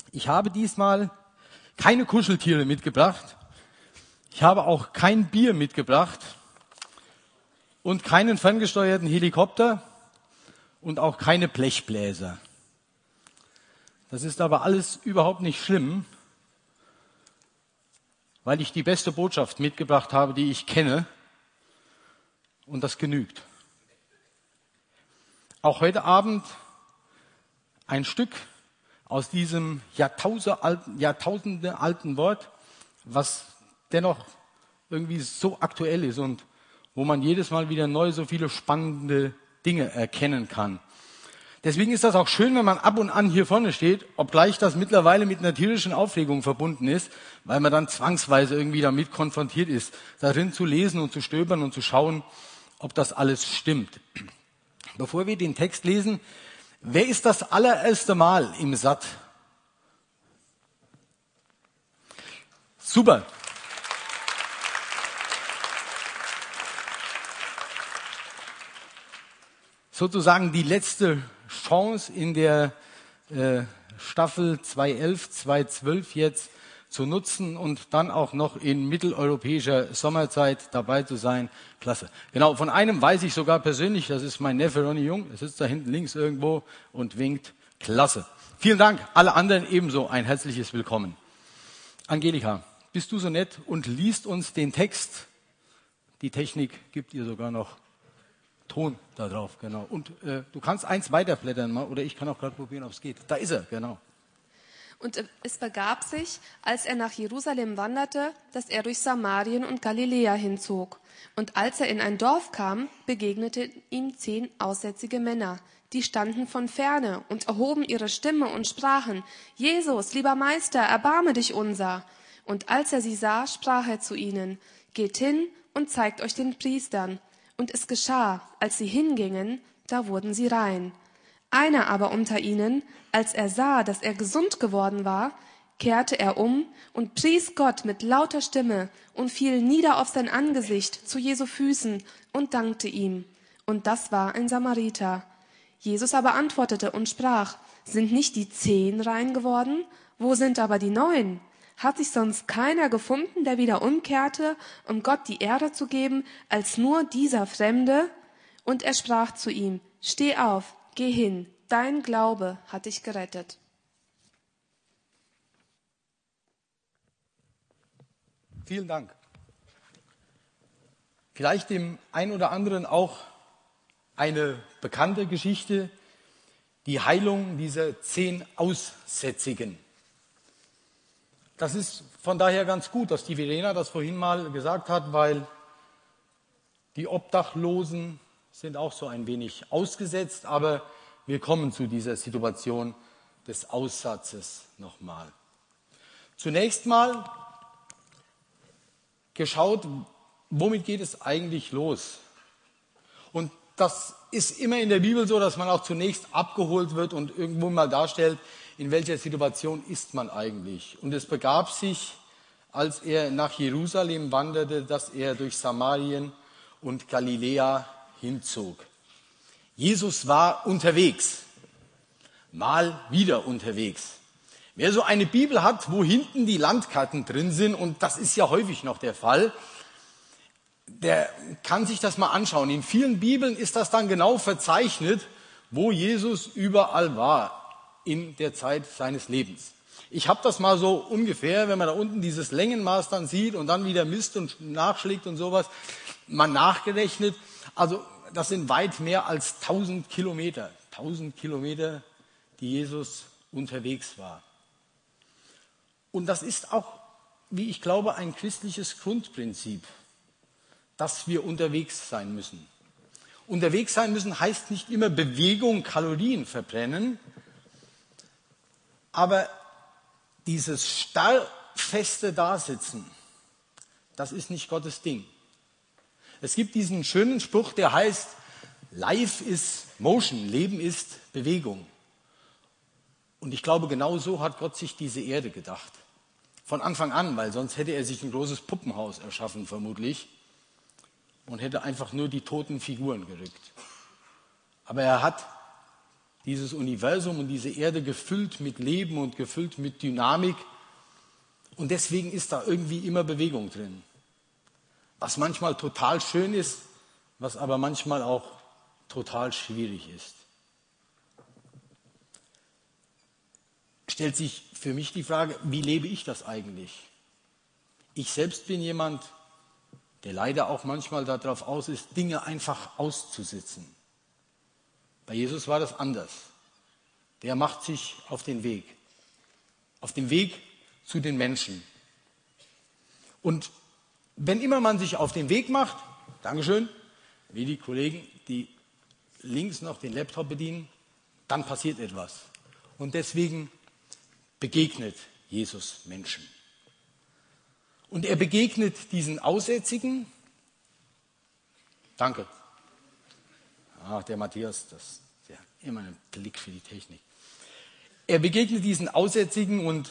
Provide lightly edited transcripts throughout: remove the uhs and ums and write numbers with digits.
Ich habe diesmal keine Kuscheltiere mitgebracht. Ich habe auch kein Bier mitgebracht und keinen ferngesteuerten Helikopter und auch keine Blechbläser. Das ist aber alles überhaupt nicht schlimm, weil ich die beste Botschaft mitgebracht habe, die ich kenne, und das genügt. Auch heute Abend ein Stück aus diesem Jahrtausende alten Wort, was dennoch irgendwie so aktuell ist und wo man jedes Mal wieder neu so viele spannende Dinge erkennen kann. Deswegen ist das auch schön, wenn man ab und an hier vorne steht, obgleich das mittlerweile mit einer tierischen Aufregung verbunden ist, weil man dann zwangsweise irgendwie damit konfrontiert ist, darin zu lesen und zu stöbern und zu schauen, ob das alles stimmt. Bevor wir den Text lesen, wer ist das allererste Mal im Satt? Super. Sozusagen die letzte Chance in der Staffel 2011, 2012 jetzt zu nutzen und dann auch noch in mitteleuropäischer Sommerzeit dabei zu sein. Klasse. Genau, von einem weiß ich sogar persönlich, das ist mein Neffe Ronny Jung, er sitzt da hinten links irgendwo und winkt. Klasse. Vielen Dank, alle anderen ebenso ein herzliches Willkommen. Angelika, bist du so nett und liest uns den Text? Die Technik gibt ihr sogar noch Ton da drauf, genau. Und du kannst eins weiterblättern mal, oder ich kann auch gerade probieren, ob es geht. Da ist er, genau. Und es begab sich, als er nach Jerusalem wanderte, dass er durch Samarien und Galiläa hinzog. Und als er in ein Dorf kam, begegneten ihm 10 aussätzige Männer. Die standen von ferne und erhoben ihre Stimme und sprachen: Jesus, lieber Meister, erbarme dich unser. Und als er sie sah, sprach er zu ihnen: Geht hin und zeigt euch den Priestern. Und es geschah, als sie hingingen, da wurden sie rein. Einer aber unter ihnen, als er sah, dass er gesund geworden war, kehrte er um und pries Gott mit lauter Stimme und fiel nieder auf sein Angesicht zu Jesu Füßen und dankte ihm. Und das war ein Samariter. Jesus aber antwortete und sprach: Sind nicht die 10 rein geworden? Wo sind aber die 9? Hat sich sonst keiner gefunden, der wieder umkehrte, um Gott die Ehre zu geben, als nur dieser Fremde? Und er sprach zu ihm: Steh auf, geh hin, dein Glaube hat dich gerettet. Vielen Dank. Vielleicht dem einen oder anderen auch eine bekannte Geschichte, die Heilung dieser 10 Aussätzigen. Das ist von daher ganz gut, dass die Verena das vorhin mal gesagt hat, weil die Obdachlosen sind auch so ein wenig ausgesetzt, aber wir kommen zu dieser Situation des Aussatzes nochmal. Zunächst mal geschaut, womit geht es eigentlich los? Und das ist immer in der Bibel so, dass man auch zunächst abgeholt wird und irgendwo mal darstellt, in welcher Situation ist man eigentlich. Und es begab sich, als er nach Jerusalem wanderte, dass er durch Samarien und Galiläa hinzog. Jesus war unterwegs, mal wieder unterwegs. Wer so eine Bibel hat, wo hinten die Landkarten drin sind, und das ist ja häufig noch der Fall, der kann sich das mal anschauen. In vielen Bibeln ist das dann genau verzeichnet, wo Jesus überall war in der Zeit seines Lebens. Ich habe das mal so ungefähr, wenn man da unten dieses Längenmaß dann sieht und dann wieder misst und nachschlägt und sowas, mal nachgerechnet. Also das sind weit mehr als 1000 Kilometer. 1000 Kilometer, die Jesus unterwegs war. Und das ist auch, wie ich glaube, ein christliches Grundprinzip, dass wir unterwegs sein müssen. Unterwegs sein müssen heißt nicht immer Bewegung, Kalorien verbrennen, aber dieses starrfeste Dasitzen, das ist nicht Gottes Ding. Es gibt diesen schönen Spruch, der heißt: Life is motion, Leben ist Bewegung. Und ich glaube, genau so hat Gott sich diese Erde gedacht. Von Anfang an, weil sonst hätte er sich ein großes Puppenhaus erschaffen, vermutlich, und hätte einfach nur die toten Figuren gerückt. Aber er hat dieses Universum und diese Erde gefüllt mit Leben und gefüllt mit Dynamik. Und deswegen ist da irgendwie immer Bewegung drin. Was manchmal total schön ist, was aber manchmal auch total schwierig ist. Stellt sich für mich die Frage, wie lebe ich das eigentlich? Ich selbst bin jemand, der leider auch manchmal darauf aus ist, Dinge einfach auszusitzen. Bei Jesus war das anders. Der macht sich auf den Weg zu den Menschen. Und wenn immer man sich auf den Weg macht, Dankeschön, wie die Kollegen, die links noch den Laptop bedienen, dann passiert etwas. Und deswegen begegnet Jesus Menschen. Und er begegnet diesen Aussätzigen. Danke. Der Matthias, der hat immer einen Blick für die Technik. Er begegnet diesen Aussätzigen und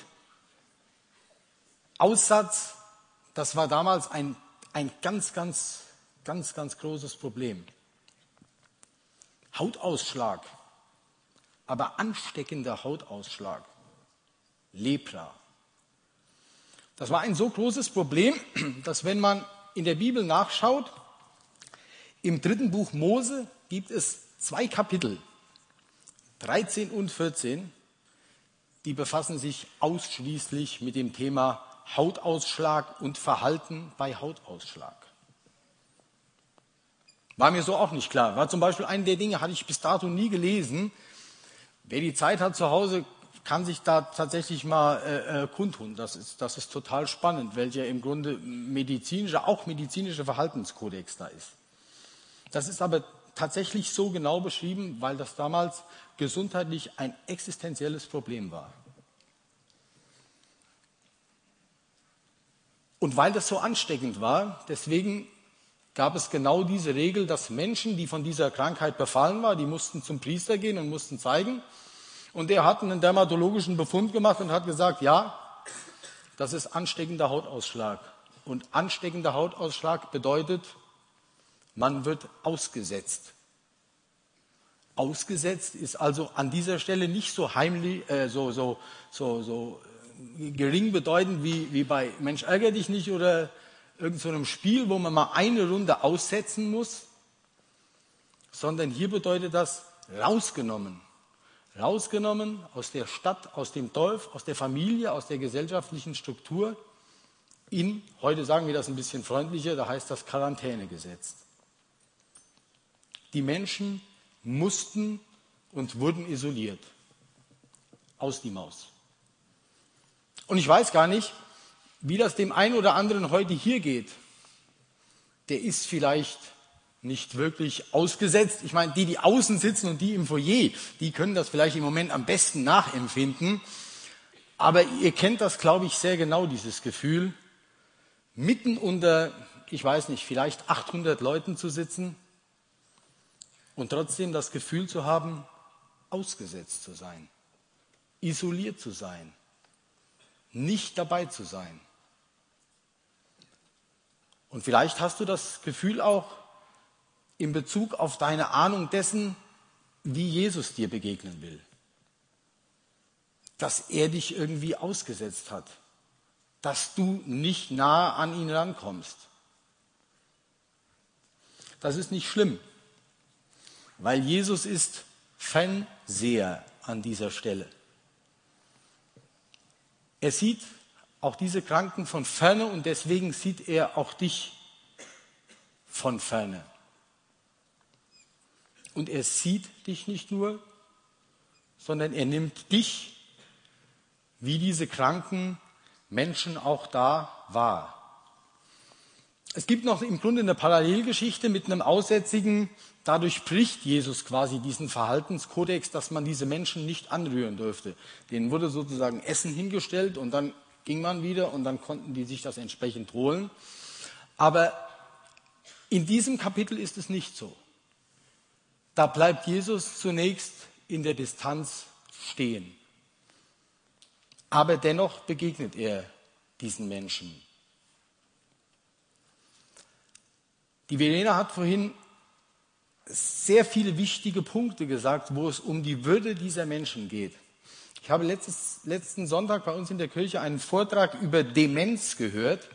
Aussatz, das war damals ein ganz großes Problem. Hautausschlag, aber ansteckender Hautausschlag. Lepra. Das war ein so großes Problem, dass wenn man in der Bibel nachschaut, im 3. Buch Mose gibt es 2 Kapitel, 13 und 14, die befassen sich ausschließlich mit dem Thema Hautausschlag und Verhalten bei Hautausschlag. War mir so auch nicht klar. War zum Beispiel eine der Dinge, hatte ich bis dato nie gelesen. Wer die Zeit hat zu Hause, kann sich da tatsächlich mal kundtun. Das ist total spannend, welcher im Grunde medizinische Verhaltenskodex da ist. Das ist aber tatsächlich so genau beschrieben, weil das damals gesundheitlich ein existenzielles Problem war. Und weil das so ansteckend war, deswegen gab es genau diese Regel, dass Menschen, die von dieser Krankheit befallen waren, die mussten zum Priester gehen und mussten zeigen. Und der hat einen dermatologischen Befund gemacht und hat gesagt, ja, das ist ansteckender Hautausschlag. Und ansteckender Hautausschlag bedeutet, man wird ausgesetzt. Ausgesetzt ist also an dieser Stelle nicht so heimlich, so gering bedeutend wie bei Mensch ärger dich nicht oder irgend so einem Spiel, wo man mal eine Runde aussetzen muss, sondern hier bedeutet das rausgenommen. Rausgenommen aus der Stadt, aus dem Dorf, aus der Familie, aus der gesellschaftlichen Struktur in, heute sagen wir das ein bisschen freundlicher, da heißt das Quarantäne gesetzt. Die Menschen mussten und wurden isoliert. Aus die Maus. Und ich weiß gar nicht, wie das dem einen oder anderen heute hier geht. Der ist vielleicht nicht wirklich ausgesetzt. Ich meine, die außen sitzen und die im Foyer, die können das vielleicht im Moment am besten nachempfinden. Aber ihr kennt das, glaube ich, sehr genau, dieses Gefühl, mitten unter, ich weiß nicht, vielleicht 800 Leuten zu sitzen und trotzdem das Gefühl zu haben, ausgesetzt zu sein, isoliert zu sein, nicht dabei zu sein. Und vielleicht hast du das Gefühl auch in Bezug auf deine Ahnung dessen, wie Jesus dir begegnen will. Dass er dich irgendwie ausgesetzt hat. Dass du nicht nahe an ihn rankommst. Das ist nicht schlimm, weil Jesus ist Fernseher an dieser Stelle. Er sieht auch diese Kranken von ferne und deswegen sieht er auch dich von ferne. Und er sieht dich nicht nur, sondern er nimmt dich, wie diese kranken Menschen auch da wahr. Es gibt noch im Grunde eine Parallelgeschichte mit einem Aussätzigen. Dadurch bricht Jesus quasi diesen Verhaltenskodex, dass man diese Menschen nicht anrühren dürfte. Denen wurde sozusagen Essen hingestellt und dann ging man wieder und dann konnten die sich das entsprechend holen. Aber in diesem Kapitel ist es nicht so. Da bleibt Jesus zunächst in der Distanz stehen. Aber dennoch begegnet er diesen Menschen. Die Verena hat vorhin sehr viele wichtige Punkte gesagt, wo es um die Würde dieser Menschen geht. Ich habe letzten Sonntag bei uns in der Kirche einen Vortrag über Demenz gehört.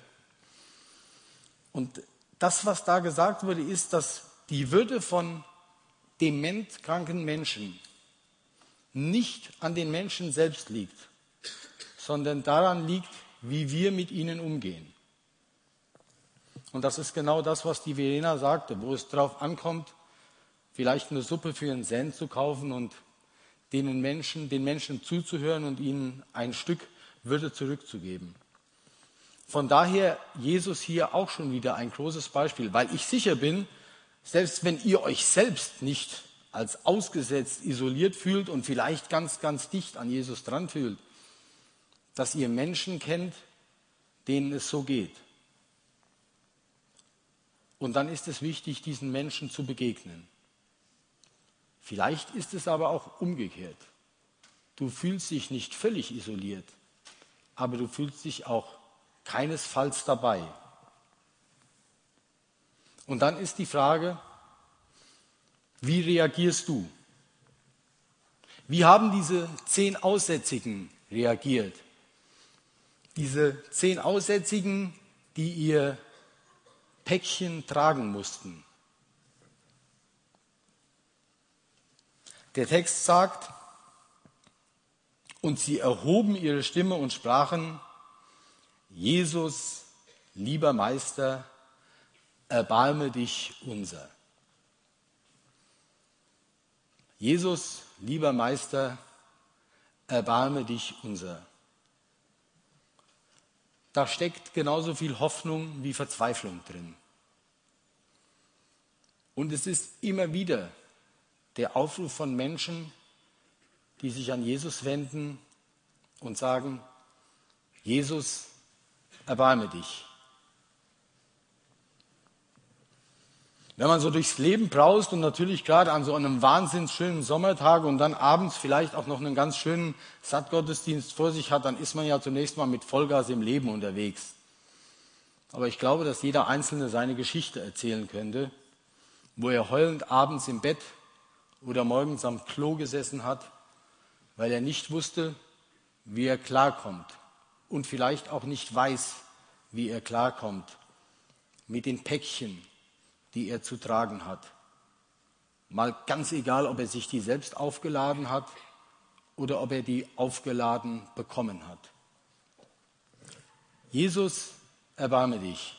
Und das, was da gesagt wurde, ist, dass die Würde von dementkranken Menschen nicht an den Menschen selbst liegt, sondern daran liegt, wie wir mit ihnen umgehen. Und das ist genau das, was die Verena sagte, wo es darauf ankommt, vielleicht eine Suppe für einen Cent zu kaufen und den Menschen zuzuhören und ihnen ein Stück Würde zurückzugeben. Von daher Jesus hier auch schon wieder ein großes Beispiel, weil ich sicher bin, selbst wenn ihr euch selbst nicht als ausgesetzt, isoliert fühlt und vielleicht ganz, ganz dicht an Jesus dran fühlt, dass ihr Menschen kennt, denen es so geht. Und dann ist es wichtig, diesen Menschen zu begegnen. Vielleicht ist es aber auch umgekehrt. Du fühlst dich nicht völlig isoliert, aber du fühlst dich auch keinesfalls dabei. Und dann ist die Frage, wie reagierst du? Wie haben diese 10 Aussätzigen reagiert? Diese 10 Aussätzigen, die ihr Päckchen tragen mussten. Der Text sagt, und sie erhoben ihre Stimme und sprachen, Jesus, lieber Meister, erbarme dich unser. Jesus, lieber Meister, erbarme dich unser. Da steckt genauso viel Hoffnung wie Verzweiflung drin. Und es ist immer wieder der Aufruf von Menschen, die sich an Jesus wenden und sagen, Jesus, erbarme dich. Wenn man so durchs Leben braust und natürlich gerade an so einem wahnsinnig schönen Sommertag und dann abends vielleicht auch noch einen ganz schönen Sattgottesdienst vor sich hat, dann ist man ja zunächst mal mit Vollgas im Leben unterwegs. Aber ich glaube, dass jeder Einzelne seine Geschichte erzählen könnte, wo er heulend abends im Bett oder morgens am Klo gesessen hat, weil er nicht wusste, wie er klarkommt und vielleicht auch nicht weiß, wie er klarkommt mit den Päckchen, die er zu tragen hat. Mal ganz egal, ob er sich die selbst aufgeladen hat oder ob er die aufgeladen bekommen hat. Jesus, erbarme dich.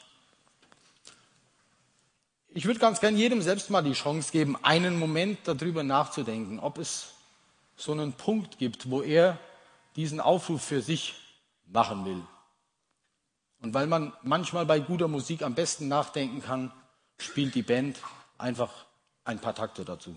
Ich würde ganz gern jedem selbst mal die Chance geben, einen Moment darüber nachzudenken, ob es so einen Punkt gibt, wo er diesen Aufruf für sich machen will. Und weil man manchmal bei guter Musik am besten nachdenken kann, spielt die Band einfach ein paar Takte dazu.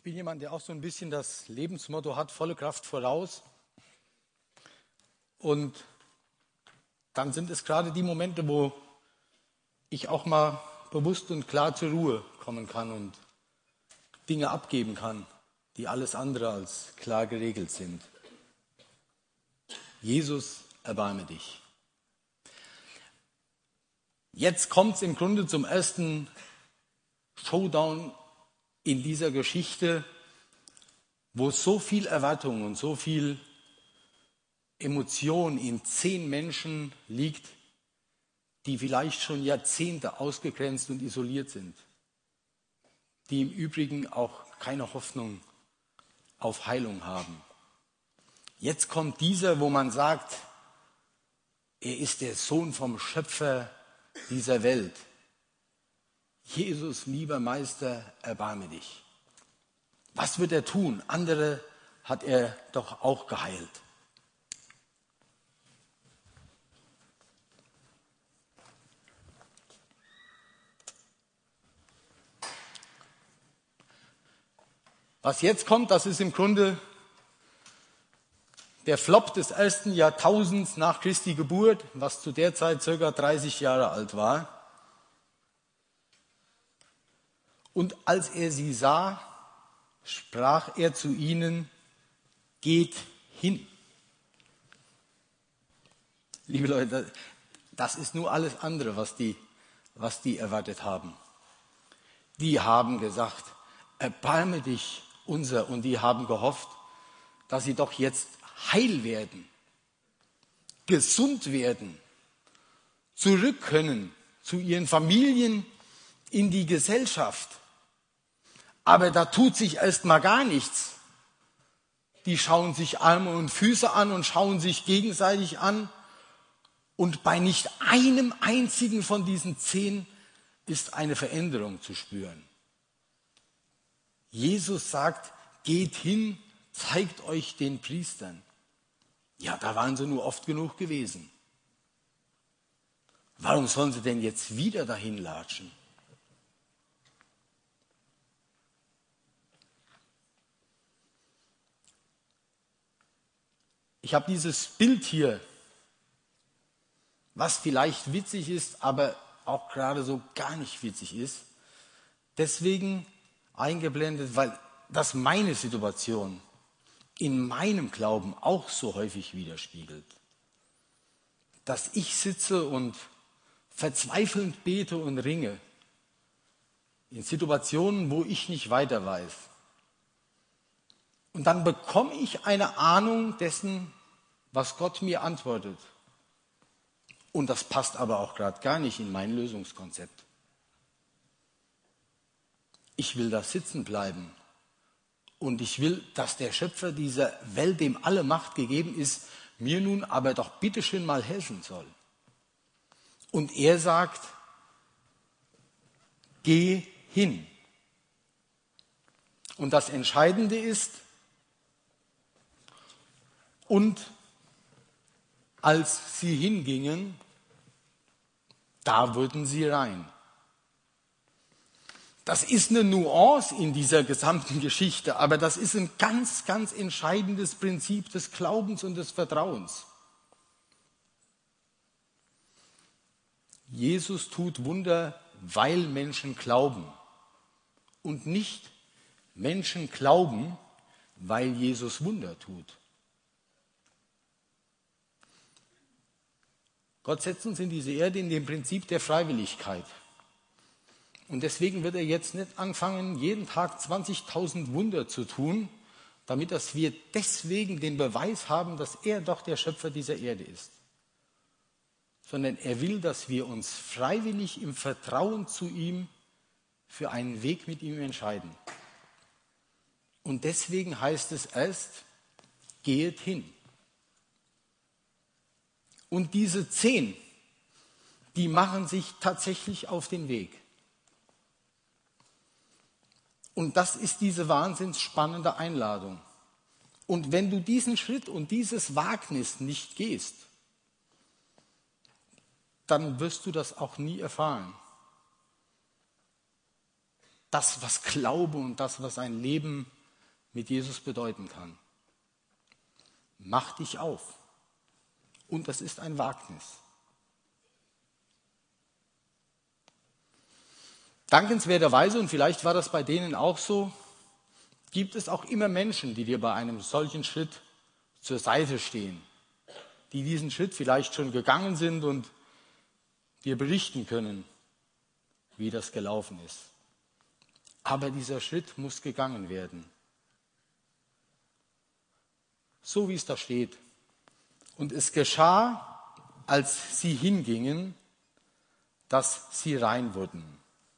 bin jemand, der auch so ein bisschen das Lebensmotto hat, volle Kraft voraus. Und dann sind es gerade die Momente, wo ich auch mal bewusst und klar zur Ruhe kommen kann und Dinge abgeben kann, die alles andere als klar geregelt sind. Jesus, erbarme dich. Jetzt kommt es im Grunde zum ersten Showdown in dieser Geschichte, wo so viel Erwartung und so viel Emotion in 10 Menschen liegt, die vielleicht schon Jahrzehnte ausgegrenzt und isoliert sind, die im Übrigen auch keine Hoffnung auf Heilung haben. Jetzt kommt dieser, wo man sagt, er ist der Sohn vom Schöpfer dieser Welt. Jesus, lieber Meister, erbarme dich. Was wird er tun? Andere hat er doch auch geheilt. Was jetzt kommt, das ist im Grunde der Flop des ersten Jahrtausends nach Christi Geburt, was zu der Zeit ca. 30 Jahre alt war. Und als er sie sah, sprach er zu ihnen, geht hin. Liebe Leute, das ist nur alles andere, was die erwartet haben. Die haben gesagt, erbarme dich unser, und die haben gehofft, dass sie doch jetzt heil werden, gesund werden, zurück können zu ihren Familien, in die Gesellschaft. Aber da tut sich erst mal gar nichts. Die schauen sich Arme und Füße an und schauen sich gegenseitig an. Und bei nicht einem einzigen von diesen 10 ist eine Veränderung zu spüren. Jesus sagt, geht hin, zeigt euch den Priestern. Ja, da waren sie nur oft genug gewesen. Warum sollen sie denn jetzt wieder dahin latschen? Ich habe dieses Bild hier, was vielleicht witzig ist, aber auch gerade so gar nicht witzig ist, deswegen eingeblendet, weil das meine Situation in meinem Glauben auch so häufig widerspiegelt. Dass ich sitze und verzweifelnd bete und ringe in Situationen, wo ich nicht weiter weiß. Und dann bekomme ich eine Ahnung dessen, was Gott mir antwortet. Und das passt aber auch gerade gar nicht in mein Lösungskonzept. Ich will da sitzen bleiben. Und ich will, dass der Schöpfer dieser Welt, dem alle Macht gegeben ist, mir nun aber doch bitteschön mal helfen soll. Und er sagt, geh hin. Und das Entscheidende ist, und als sie hingingen, da wurden sie rein. Das ist eine Nuance in dieser gesamten Geschichte, aber das ist ein ganz, ganz entscheidendes Prinzip des Glaubens und des Vertrauens. Jesus tut Wunder, weil Menschen glauben. Und nicht Menschen glauben, weil Jesus Wunder tut. Gott setzt uns in diese Erde in dem Prinzip der Freiwilligkeit. Und deswegen wird er jetzt nicht anfangen, jeden Tag 20.000 Wunder zu tun, damit dass wir deswegen den Beweis haben, dass er doch der Schöpfer dieser Erde ist. Sondern er will, dass wir uns freiwillig im Vertrauen zu ihm für einen Weg mit ihm entscheiden. Und deswegen heißt es erst, gehet hin. Und diese 10, die machen sich tatsächlich auf den Weg. Und das ist diese wahnsinns spannende Einladung. Und wenn du diesen Schritt und dieses Wagnis nicht gehst, dann wirst du das auch nie erfahren. Das, was Glaube und das, was ein Leben mit Jesus bedeuten kann. Mach dich auf. Und das ist ein Wagnis. Dankenswerterweise, und vielleicht war das bei denen auch so, gibt es auch immer Menschen, die dir bei einem solchen Schritt zur Seite stehen, die diesen Schritt vielleicht schon gegangen sind und dir berichten können, wie das gelaufen ist. Aber dieser Schritt muss gegangen werden. So wie es da steht. Und es geschah, als sie hingingen, dass sie rein wurden.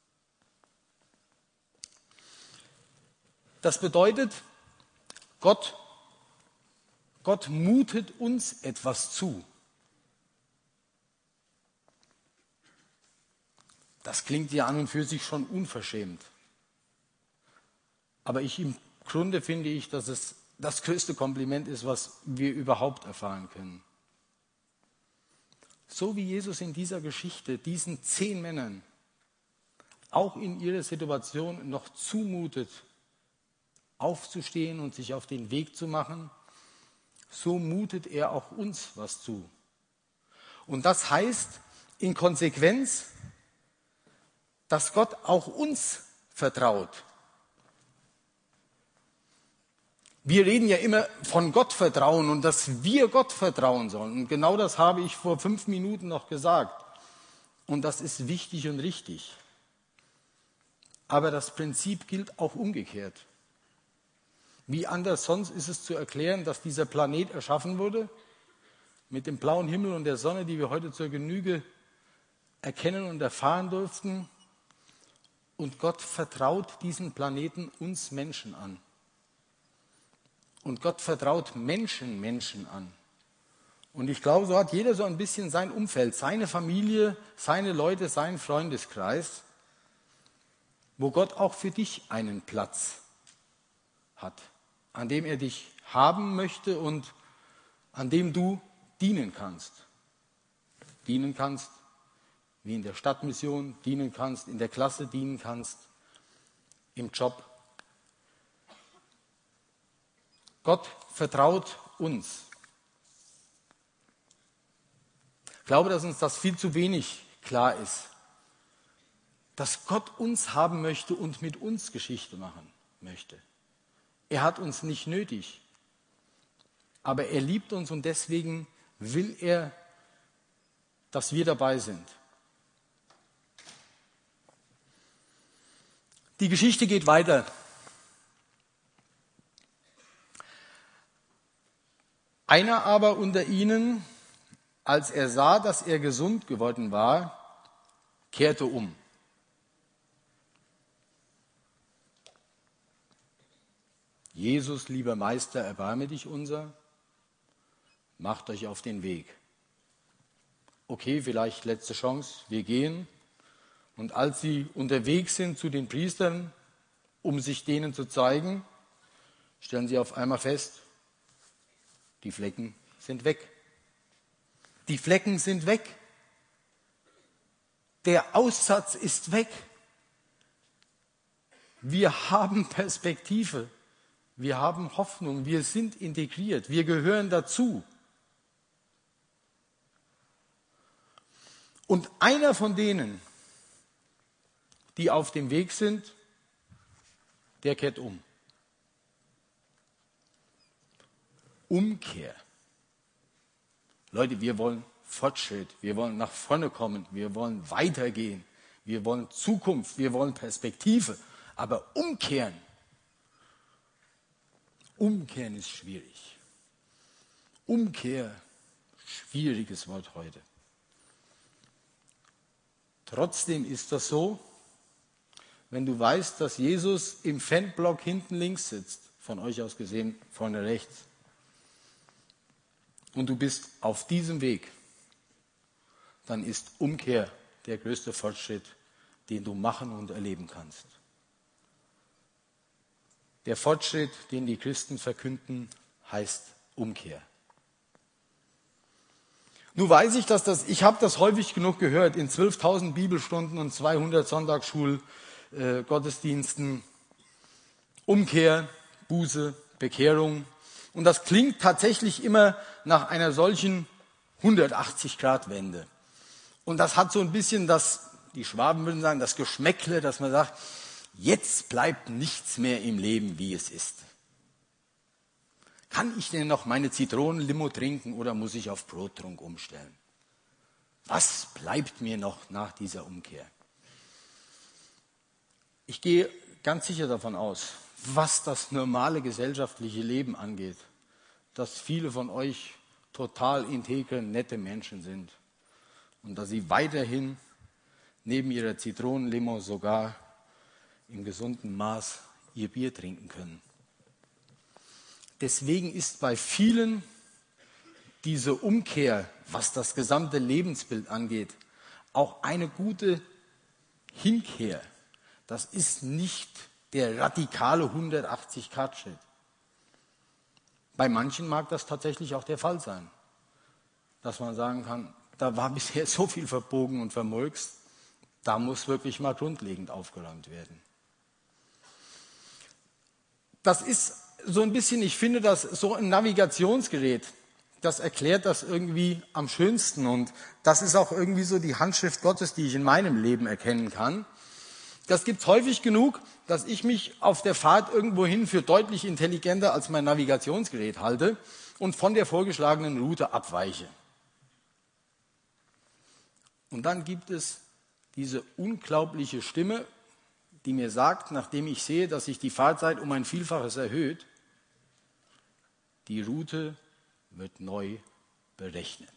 Das bedeutet, Gott mutet uns etwas zu. Das klingt ja an und für sich schon unverschämt. Aber im Grunde finde ich, dass es das größte Kompliment ist, was wir überhaupt erfahren können. So wie Jesus in dieser Geschichte diesen 10 Männern auch in ihrer Situation noch zumutet, aufzustehen und sich auf den Weg zu machen, so mutet er auch uns was zu. Und das heißt in Konsequenz, dass Gott auch uns vertraut. Wir reden ja immer von Gottvertrauen und dass wir Gott vertrauen sollen. Und genau das habe ich vor 5 Minuten noch gesagt. Und das ist wichtig und richtig. Aber das Prinzip gilt auch umgekehrt. Wie anders sonst ist es zu erklären, dass dieser Planet erschaffen wurde, mit dem blauen Himmel und der Sonne, die wir heute zur Genüge erkennen und erfahren durften. Und Gott vertraut diesen Planeten uns Menschen an. Und Gott vertraut Menschen an. Und ich glaube, so hat jeder so ein bisschen sein Umfeld, seine Familie, seine Leute, seinen Freundeskreis, wo Gott auch für dich einen Platz hat, an dem er dich haben möchte und an dem du dienen kannst. Dienen kannst, wie in der Stadtmission, dienen kannst, in der Klasse dienen kannst, im Job. Gott vertraut uns. Ich glaube, dass uns das viel zu wenig klar ist, dass Gott uns haben möchte und mit uns Geschichte machen möchte. Er hat uns nicht nötig, aber er liebt uns und deswegen will er, dass wir dabei sind. Die Geschichte geht weiter. Einer aber unter ihnen, als er sah, dass er gesund geworden war, kehrte um. Jesus, lieber Meister, erbarme dich unser, macht euch auf den Weg. Okay, vielleicht letzte Chance, wir gehen. Und als sie unterwegs sind zu den Priestern, um sich denen zu zeigen, stellen sie auf einmal fest, die Flecken sind weg. Die Flecken sind weg. Der Aussatz ist weg. Wir haben Perspektive. Wir haben Hoffnung. Wir sind integriert. Wir gehören dazu. Und einer von denen, die auf dem Weg sind, der kehrt um. Umkehr. Leute, wir wollen Fortschritt, wir wollen nach vorne kommen, wir wollen weitergehen, wir wollen Zukunft, wir wollen Perspektive. Aber umkehren ist schwierig. Umkehr, schwieriges Wort heute. Trotzdem ist das so, wenn du weißt, dass Jesus im Fanblock hinten links sitzt, von euch aus gesehen vorne rechts, und du bist auf diesem Weg, dann ist Umkehr der größte Fortschritt, den du machen und erleben kannst. Der Fortschritt, den die Christen verkünden, heißt Umkehr. Nun weiß ich, ich habe das häufig genug gehört, in 12.000 Bibelstunden und 200 Sonntagsschulgottesdiensten. Umkehr, Buße, Bekehrung. Und das klingt tatsächlich immer nach einer solchen 180-Grad-Wende. Und das hat so ein bisschen das, die Schwaben würden sagen, das Geschmäckle, dass man sagt, jetzt bleibt nichts mehr im Leben, wie es ist. Kann ich denn noch meine Zitronenlimo trinken oder muss ich auf Brottrunk umstellen? Was bleibt mir noch nach dieser Umkehr? Ich gehe ganz sicher davon aus, was das normale gesellschaftliche Leben angeht, dass viele von euch total integre, nette Menschen sind und dass sie weiterhin neben ihrer Zitronenlimo sogar im gesunden Maß ihr Bier trinken können. Deswegen ist bei vielen diese Umkehr, was das gesamte Lebensbild angeht, auch eine gute Hinkehr. Das ist nicht der radikale 180-Grad-Schritt. Bei manchen mag das tatsächlich auch der Fall sein, dass man sagen kann, da war bisher so viel verbogen und vermurkst, da muss wirklich mal grundlegend aufgeräumt werden. Das ist so ein bisschen, ich finde das so ein Navigationsgerät, das erklärt das irgendwie am schönsten und das ist auch irgendwie so die Handschrift Gottes, die ich in meinem Leben erkennen kann. Das gibt es häufig genug, dass ich mich auf der Fahrt irgendwohin für deutlich intelligenter als mein Navigationsgerät halte und von der vorgeschlagenen Route abweiche. Und dann gibt es diese unglaubliche Stimme, die mir sagt, nachdem ich sehe, dass sich die Fahrzeit um ein Vielfaches erhöht, die Route wird neu berechnet.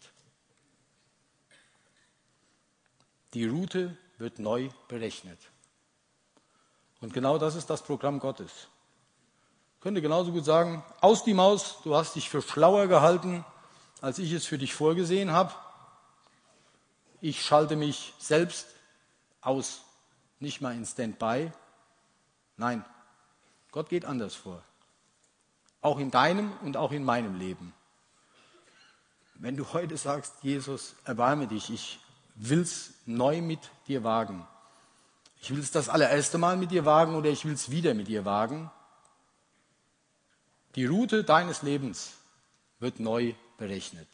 Die Route wird neu berechnet. Und genau das ist das Programm Gottes. Ich könnte genauso gut sagen, aus die Maus, du hast dich für schlauer gehalten, als ich es für dich vorgesehen habe. Ich schalte mich selbst aus, nicht mal in Standby. Nein, Gott geht anders vor. Auch in deinem und auch in meinem Leben. Wenn du heute sagst, Jesus, erbarme dich, ich will es neu mit dir wagen. Ich will es das allererste Mal mit dir wagen oder ich will es wieder mit dir wagen. Die Route deines Lebens wird neu berechnet.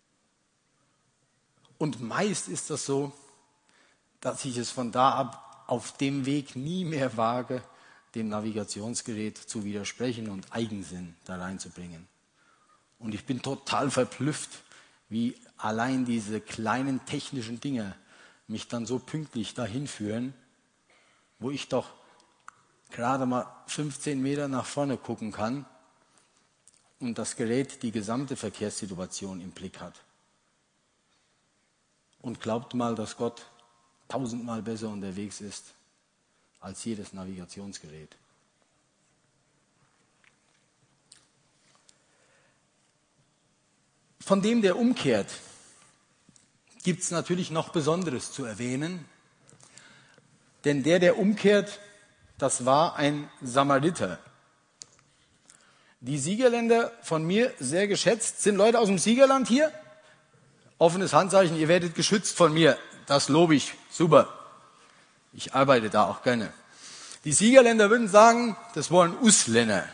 Und meist ist das so, dass ich es von da ab auf dem Weg nie mehr wage, dem Navigationsgerät zu widersprechen und Eigensinn da reinzubringen. Und ich bin total verblüfft, wie allein diese kleinen technischen Dinge mich dann so pünktlich dahin führen, wo ich doch gerade mal 15 Meter nach vorne gucken kann und das Gerät die gesamte Verkehrssituation im Blick hat. Und glaubt mal, dass Gott 1000-mal besser unterwegs ist als jedes Navigationsgerät. Von dem, der umkehrt, gibt es natürlich noch Besonderes zu erwähnen. Denn der umkehrt, das war ein Samariter. Die Siegerländer, von mir sehr geschätzt, sind Leute aus dem Siegerland hier? Offenes Handzeichen, ihr werdet geschützt von mir. Das lobe ich. Super. Ich arbeite da auch gerne. Die Siegerländer würden sagen, das waren Ausländer.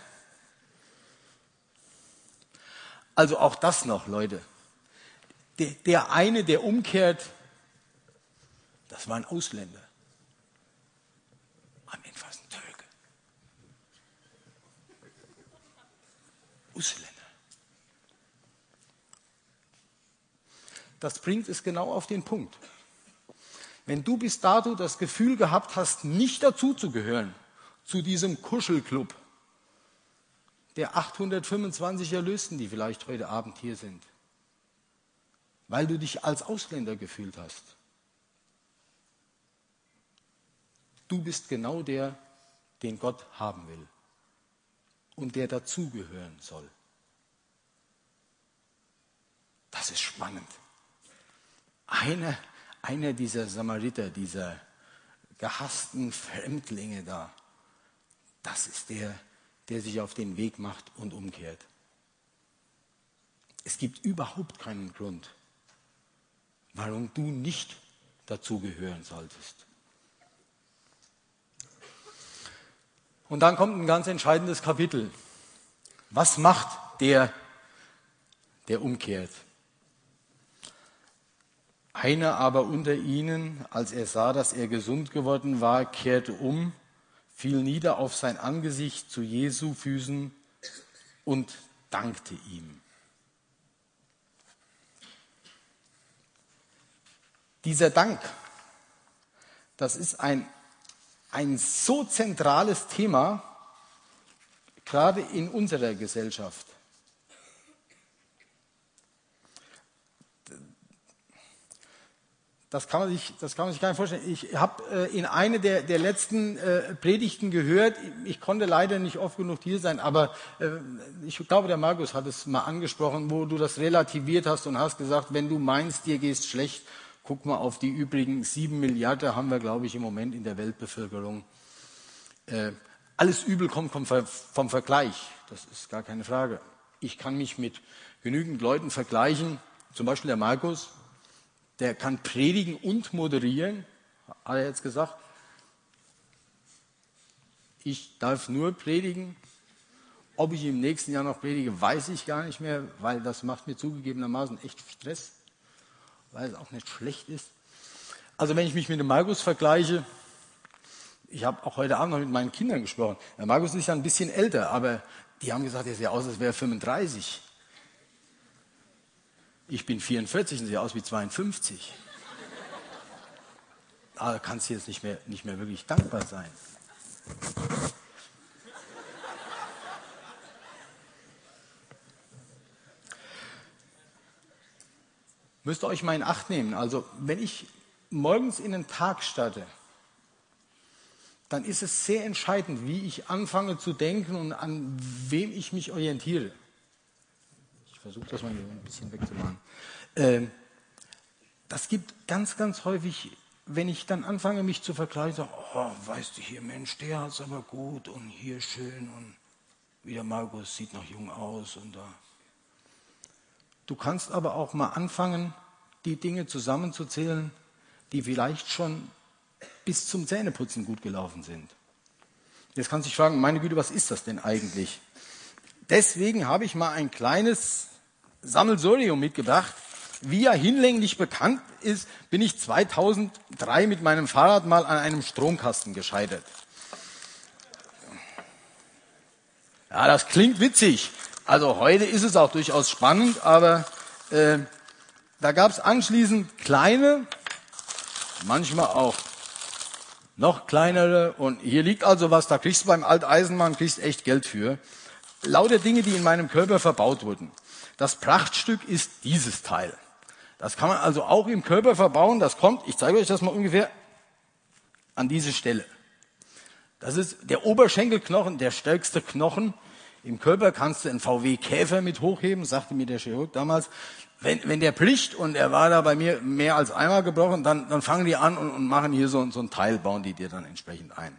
Also auch das noch, Leute. Der eine, der umkehrt, das war ein Ausländer. Am Ende war es ein Türke. Ausländer. Das bringt es genau auf den Punkt. Wenn du bis dato das Gefühl gehabt hast, nicht dazuzugehören, zu diesem Kuschelclub der 825 Erlösten, die vielleicht heute Abend hier sind, weil du dich als Ausländer gefühlt hast, du bist genau der, den Gott haben will und der dazugehören soll. Das ist spannend. Einer dieser Samariter, dieser gehassten Fremdlinge da, das ist der sich auf den Weg macht und umkehrt. Es gibt überhaupt keinen Grund, warum du nicht dazugehören solltest. Und dann kommt ein ganz entscheidendes Kapitel. Was macht der umkehrt? Einer aber unter ihnen, als er sah, dass er gesund geworden war, kehrte um, fiel nieder auf sein Angesicht zu Jesu Füßen und dankte ihm. Dieser Dank, das ist ein so zentrales Thema, gerade in unserer Gesellschaft. Das kann man sich gar nicht vorstellen. Ich habe in einer der letzten Predigten gehört, ich konnte leider nicht oft genug hier sein, aber ich glaube, der Markus hat es mal angesprochen, wo du das relativiert hast und hast gesagt, wenn du meinst, dir geht's schlecht, guck mal auf die übrigen 7 Milliarden haben wir, glaube ich, im Moment in der Weltbevölkerung. Alles Übel kommt vom Vergleich, das ist gar keine Frage. Ich kann mich mit genügend Leuten vergleichen, zum Beispiel der Markus, der kann predigen und moderieren, hat er jetzt gesagt. Ich darf nur predigen. Ob ich im nächsten Jahr noch predige, weiß ich gar nicht mehr, weil das macht mir zugegebenermaßen echt Stress, weil es auch nicht schlecht ist. Also wenn ich mich mit dem Markus vergleiche, ich habe auch heute Abend noch mit meinen Kindern gesprochen. Der Markus ist ja ein bisschen älter, aber die haben gesagt, er sieht aus, als wäre er 35. Ich bin 44 und sehe aus wie 52. Aber kannst du jetzt nicht mehr wirklich dankbar sein. Müsst ihr euch mal in Acht nehmen. Also wenn ich morgens in den Tag starte, dann ist es sehr entscheidend, wie ich anfange zu denken und an wem ich mich orientiere. Ich versuche das mal hier ein bisschen wegzumachen. Das gibt ganz, ganz häufig, wenn ich dann anfange, mich zu vergleichen, sage, oh, weißt du, hier, Mensch, der hat es aber gut und hier schön und wie der Markus sieht noch jung aus und da. Du kannst aber auch mal anfangen, die Dinge zusammenzuzählen, die vielleicht schon bis zum Zähneputzen gut gelaufen sind. Jetzt kannst du dich fragen, meine Güte, was ist das denn eigentlich? Deswegen habe ich mal ein kleines Sammelsurium mitgebracht. Wie ja hinlänglich bekannt ist, bin ich 2003 mit meinem Fahrrad mal an einem Stromkasten gescheitert. Ja, das klingt witzig. Also heute ist es auch durchaus spannend, aber da gab es anschließend kleine, manchmal auch noch kleinere. Und hier liegt also was, da kriegst du beim Alteisenmann echt Geld für. Lauter Dinge, die in meinem Körper verbaut wurden. Das Prachtstück ist dieses Teil. Das kann man also auch im Körper verbauen. Das kommt, ich zeige euch das mal ungefähr, an diese Stelle. Das ist der Oberschenkelknochen, der stärkste Knochen. Im Körper kannst du einen VW Käfer mit hochheben, sagte mir der Chirurg damals. Wenn der bricht, und er war da bei mir mehr als einmal gebrochen, dann fangen die an und machen hier so ein Teil, bauen die dir dann entsprechend ein.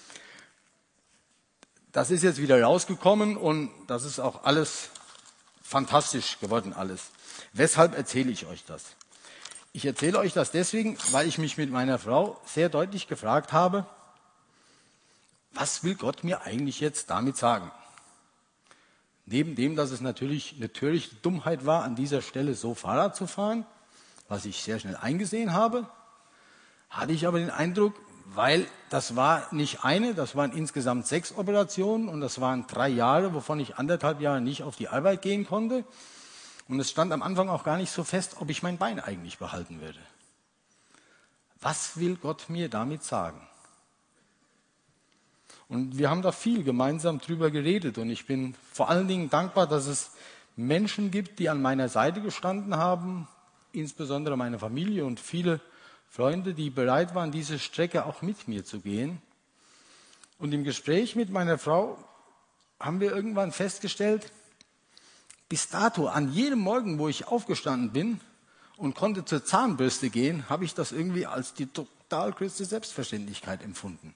Das ist jetzt wieder rausgekommen und das ist auch alles fantastisch geworden alles. Weshalb erzähle ich euch das? Ich erzähle euch das deswegen, weil ich mich mit meiner Frau sehr deutlich gefragt habe, was will Gott mir eigentlich jetzt damit sagen? Neben dem, dass es natürlich eine törichte Dummheit war, an dieser Stelle so Fahrrad zu fahren, was ich sehr schnell eingesehen habe, hatte ich aber den Eindruck, weil das war nicht eine, das waren insgesamt 6 Operationen und das waren 3 Jahre, wovon ich 1,5 Jahre nicht auf die Arbeit gehen konnte. Und es stand am Anfang auch gar nicht so fest, ob ich mein Bein eigentlich behalten würde. Was will Gott mir damit sagen? Und wir haben da viel gemeinsam drüber geredet und ich bin vor allen Dingen dankbar, dass es Menschen gibt, die an meiner Seite gestanden haben, insbesondere meine Familie und viele Freunde, die bereit waren, diese Strecke auch mit mir zu gehen. Und im Gespräch mit meiner Frau haben wir irgendwann festgestellt, bis dato, an jedem Morgen, wo ich aufgestanden bin und konnte zur Zahnbürste gehen, habe ich das irgendwie als die total größte Selbstverständlichkeit empfunden.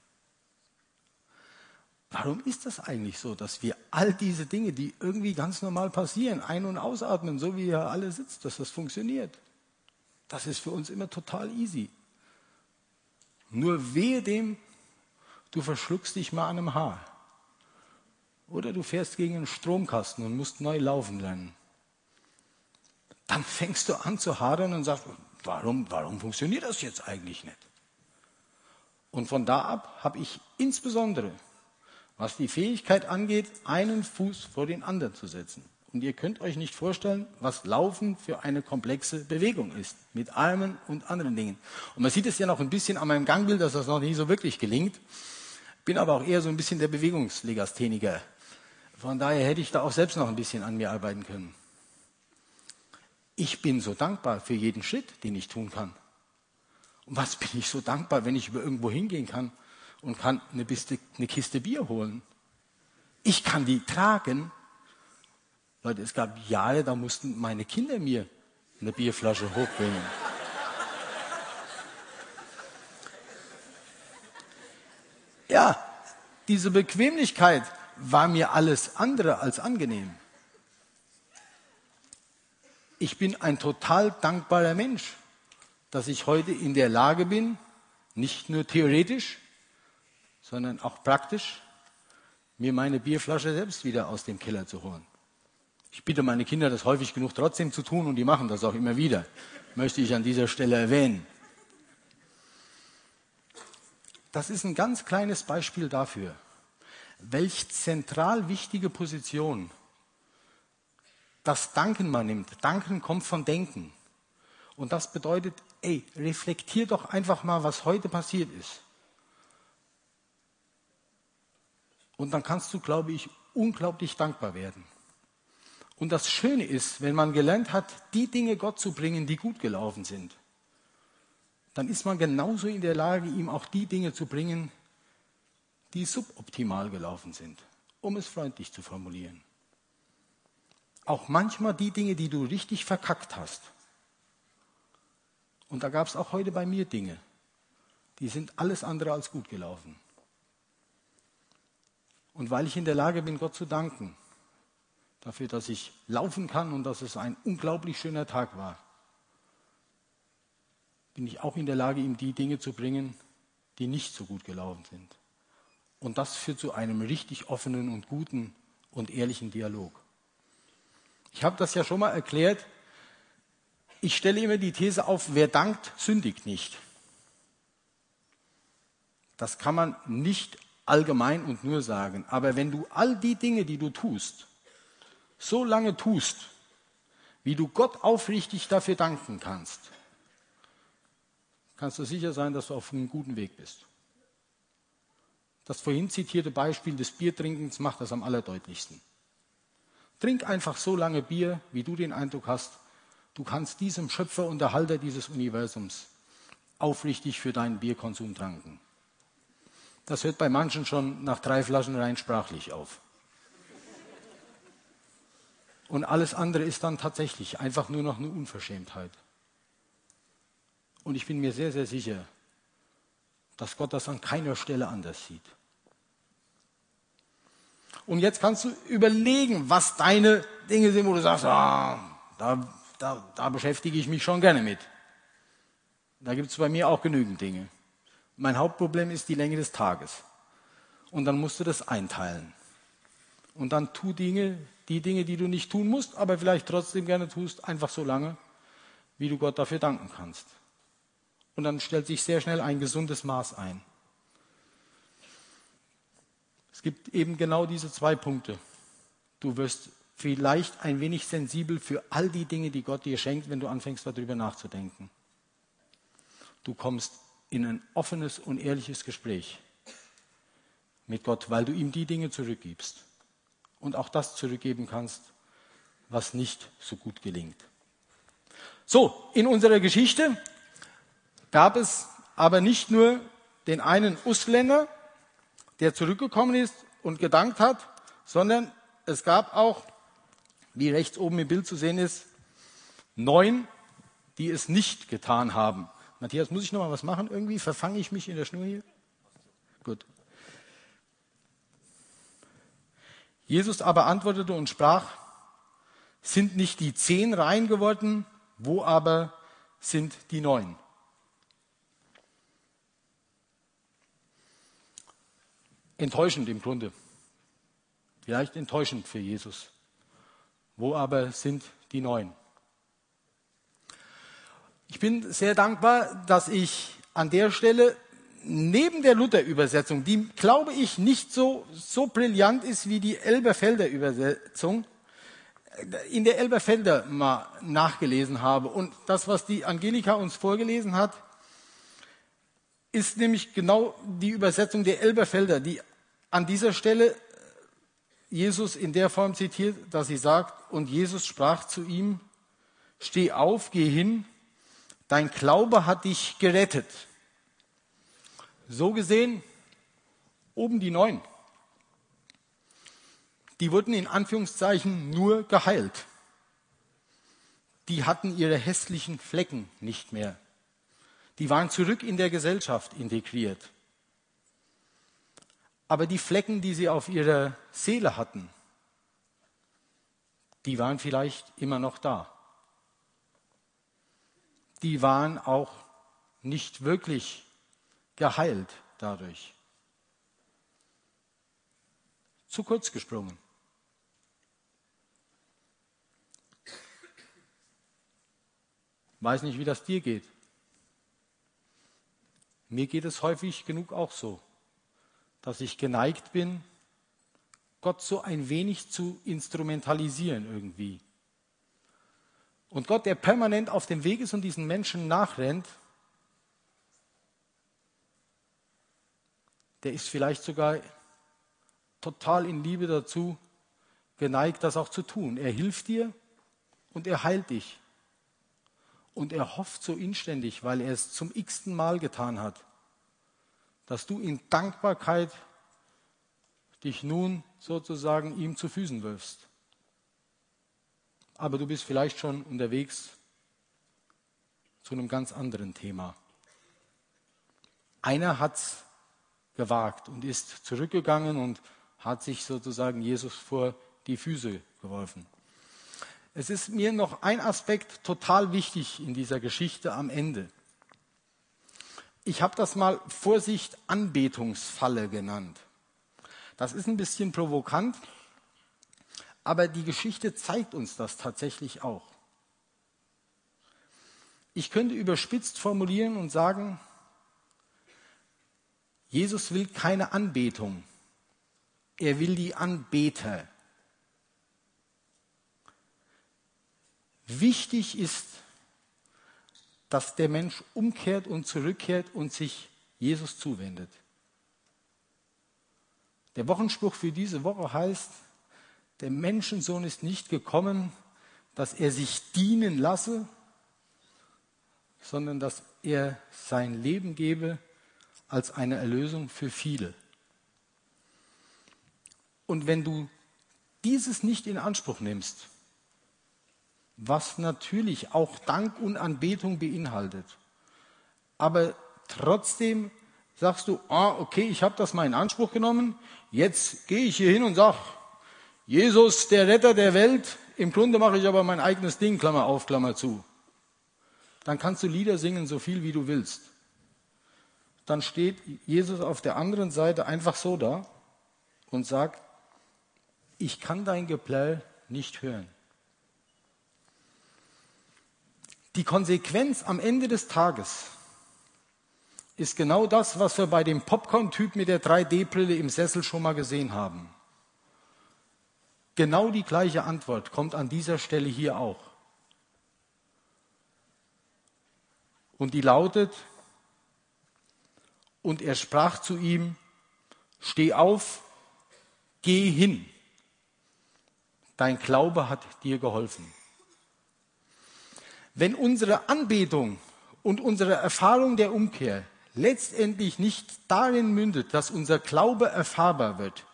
Warum ist das eigentlich so, dass wir all diese Dinge, die irgendwie ganz normal passieren, ein- und ausatmen, so wie ihr alle sitzt, dass das funktioniert? Das ist für uns immer total easy. Nur wehe dem, du verschluckst dich mal an einem Haar. Oder du fährst gegen einen Stromkasten und musst neu laufen lernen. Dann fängst du an zu hadern und sagst, warum funktioniert das jetzt eigentlich nicht? Und von da ab habe ich insbesondere, was die Fähigkeit angeht, einen Fuß vor den anderen zu setzen. Und ihr könnt euch nicht vorstellen, was Laufen für eine komplexe Bewegung ist, mit Armen und anderen Dingen. Und man sieht es ja noch ein bisschen an meinem Gangbild, dass das noch nicht so wirklich gelingt. Bin aber auch eher so ein bisschen der Bewegungslegastheniker. Von daher hätte ich da auch selbst noch ein bisschen an mir arbeiten können. Ich bin so dankbar für jeden Schritt, den ich tun kann. Und was bin ich so dankbar, wenn ich über irgendwo hingehen kann und kann eine Kiste Bier holen. Ich kann die tragen. Leute, es gab Jahre, da mussten meine Kinder mir eine Bierflasche hochbringen. Ja, diese Bequemlichkeit war mir alles andere als angenehm. Ich bin ein total dankbarer Mensch, dass ich heute in der Lage bin, nicht nur theoretisch, sondern auch praktisch, mir meine Bierflasche selbst wieder aus dem Keller zu holen. Ich bitte meine Kinder, das häufig genug trotzdem zu tun und die machen das auch immer wieder. Möchte ich an dieser Stelle erwähnen. Das ist ein ganz kleines Beispiel dafür, welch zentral wichtige Position das Danken man nimmt. Danken kommt von Denken. Und das bedeutet, reflektier doch einfach mal, was heute passiert ist. Und dann kannst du, glaube ich, unglaublich dankbar werden. Und das Schöne ist, wenn man gelernt hat, die Dinge Gott zu bringen, die gut gelaufen sind, dann ist man genauso in der Lage, ihm auch die Dinge zu bringen, die suboptimal gelaufen sind, um es freundlich zu formulieren. Auch manchmal die Dinge, die du richtig verkackt hast. Und da gab es auch heute bei mir Dinge, die sind alles andere als gut gelaufen. Und weil ich in der Lage bin, Gott zu danken, dafür, dass ich laufen kann und dass es ein unglaublich schöner Tag war, bin ich auch in der Lage, ihm die Dinge zu bringen, die nicht so gut gelaufen sind. Und das führt zu einem richtig offenen und guten und ehrlichen Dialog. Ich habe das ja schon mal erklärt. Ich stelle immer die These auf, wer dankt, sündigt nicht. Das kann man nicht allgemein und nur sagen. Aber wenn du all die Dinge, die du tust, so lange tust, wie du Gott aufrichtig dafür danken kannst, kannst du sicher sein, dass du auf einem guten Weg bist. Das vorhin zitierte Beispiel des Biertrinkens macht das am allerdeutlichsten. Trink einfach so lange Bier, wie du den Eindruck hast, du kannst diesem Schöpfer und Erhalter dieses Universums aufrichtig für deinen Bierkonsum danken. Das hört bei manchen schon nach 3 Flaschen rein sprachlich auf. Und alles andere ist dann tatsächlich einfach nur noch eine Unverschämtheit. Und ich bin mir sehr, sehr sicher, dass Gott das an keiner Stelle anders sieht. Und jetzt kannst du überlegen, was deine Dinge sind, wo du sagst, da beschäftige ich mich schon gerne mit. Da gibt es bei mir auch genügend Dinge. Mein Hauptproblem ist die Länge des Tages. Und dann musst du das einteilen. Und dann tu die Dinge, die du nicht tun musst, aber vielleicht trotzdem gerne tust, einfach so lange, wie du Gott dafür danken kannst. Und dann stellt sich sehr schnell ein gesundes Maß ein. Es gibt eben genau diese 2 Punkte. Du wirst vielleicht ein wenig sensibel für all die Dinge, die Gott dir schenkt, wenn du anfängst, darüber nachzudenken. Du kommst in ein offenes und ehrliches Gespräch mit Gott, weil du ihm die Dinge zurückgibst und auch das zurückgeben kannst, was nicht so gut gelingt. So, in unserer Geschichte gab es aber nicht nur den einen Ausländer, der zurückgekommen ist und gedankt hat, sondern es gab auch, wie rechts oben im Bild zu sehen ist, 9, die es nicht getan haben. Matthias, muss ich noch mal was machen? Irgendwie verfange ich mich in der Schnur hier? Gut. Jesus aber antwortete und sprach, sind nicht die 10 rein geworden, wo aber sind die 9? Enttäuschend im Grunde. Vielleicht enttäuschend für Jesus. Wo aber sind die 9? Ich bin sehr dankbar, dass ich an der Stelle neben der Luther-Übersetzung, die, glaube ich, nicht so brillant ist wie die Elberfelder Übersetzung, in der Elberfelder mal nachgelesen habe. Und das, was die Angelika uns vorgelesen hat, ist nämlich genau die Übersetzung der Elberfelder, die an dieser Stelle Jesus in der Form zitiert, dass sie sagt, und Jesus sprach zu ihm, steh auf, geh hin, dein Glaube hat dich gerettet. So gesehen, oben die 9. Die wurden in Anführungszeichen nur geheilt. Die hatten ihre hässlichen Flecken nicht mehr. Die waren zurück in der Gesellschaft integriert. Aber die Flecken, die sie auf ihrer Seele hatten, die waren vielleicht immer noch da. Die waren auch nicht wirklich geheilt dadurch. Zu kurz gesprungen. Weiß nicht, wie das dir geht. Mir geht es häufig genug auch so, dass ich geneigt bin, Gott so ein wenig zu instrumentalisieren irgendwie. Und Gott, der permanent auf dem Weg ist und diesen Menschen nachrennt, der ist vielleicht sogar total in Liebe dazu geneigt, das auch zu tun. Er hilft dir und er heilt dich. Und er hofft so inständig, weil er es zum x-ten Mal getan hat, dass du in Dankbarkeit dich nun sozusagen ihm zu Füßen wirfst. Aber du bist vielleicht schon unterwegs zu einem ganz anderen Thema. Einer hat es gewagt und ist zurückgegangen und hat sich sozusagen Jesus vor die Füße geworfen. Es ist mir noch ein Aspekt total wichtig in dieser Geschichte am Ende. Ich habe das mal Vorsicht Anbetungsfalle genannt. Das ist ein bisschen provokant, aber die Geschichte zeigt uns das tatsächlich auch. Ich könnte überspitzt formulieren und sagen, Jesus will keine Anbetung, er will die Anbeter. Wichtig ist, dass der Mensch umkehrt und zurückkehrt und sich Jesus zuwendet. Der Wochenspruch für diese Woche heißt, der Menschensohn ist nicht gekommen, dass er sich dienen lasse, sondern dass er sein Leben gebe als eine Erlösung für viele. Und wenn du dieses nicht in Anspruch nimmst, was natürlich auch Dank und Anbetung beinhaltet, aber trotzdem sagst du, okay, ich habe das mal in Anspruch genommen, jetzt gehe ich hier hin und sage, Jesus, der Retter der Welt, im Grunde mache ich aber mein eigenes Ding, Klammer auf, Klammer zu. Dann kannst du Lieder singen, so viel wie du willst. Dann steht Jesus auf der anderen Seite einfach so da und sagt, ich kann dein Geplärr nicht hören. Die Konsequenz am Ende des Tages ist genau das, was wir bei dem Popcorn-Typ mit der 3D-Brille im Sessel schon mal gesehen haben. Genau die gleiche Antwort kommt an dieser Stelle hier auch. Und die lautet, und er sprach zu ihm, steh auf, geh hin, dein Glaube hat dir geholfen. Wenn unsere Anbetung und unsere Erfahrung der Umkehr letztendlich nicht darin mündet, dass unser Glaube erfahrbar wird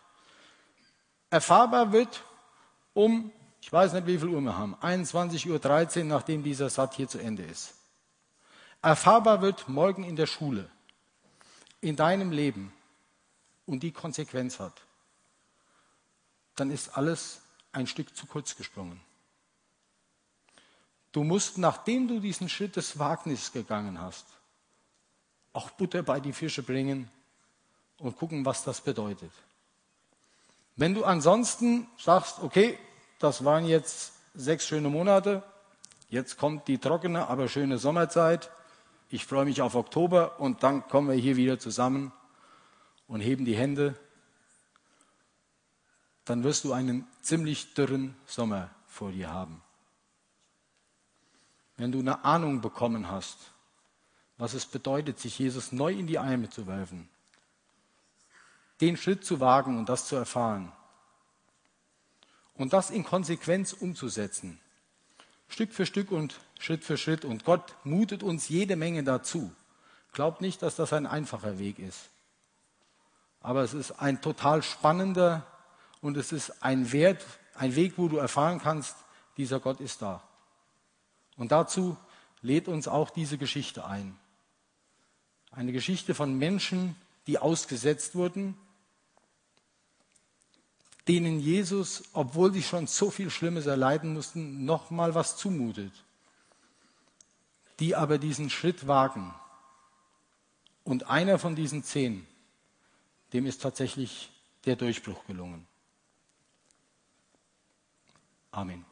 ich weiß nicht, wie viel Uhr wir haben, 21:13 Uhr, nachdem dieser Satz hier zu Ende ist. Erfahrbar wird morgen in der Schule, in deinem Leben und die Konsequenz hat, dann ist alles ein Stück zu kurz gesprungen. Du musst, nachdem du diesen Schritt des Wagnisses gegangen hast, auch Butter bei die Fische bringen und gucken, was das bedeutet. Wenn du ansonsten sagst, okay, das waren jetzt 6 schöne Monate, jetzt kommt die trockene, aber schöne Sommerzeit, ich freue mich auf Oktober und dann kommen wir hier wieder zusammen und heben die Hände, dann wirst du einen ziemlich dürren Sommer vor dir haben. Wenn du eine Ahnung bekommen hast, was es bedeutet, sich Jesus neu in die Arme zu werfen, den Schritt zu wagen und das zu erfahren und das in Konsequenz umzusetzen, Stück für Stück und Schritt für Schritt, und Gott mutet uns jede Menge dazu. Glaubt nicht, dass das ein einfacher Weg ist, aber es ist ein total spannender und es ist ein Weg, wo du erfahren kannst, dieser Gott ist da. Und dazu lädt uns auch diese Geschichte ein. Eine Geschichte von Menschen, die ausgesetzt wurden, denen Jesus, obwohl sie schon so viel Schlimmes erleiden mussten, noch mal was zumutet. Die aber diesen Schritt wagen. Und einer von diesen 10, dem ist tatsächlich der Durchbruch gelungen. Amen.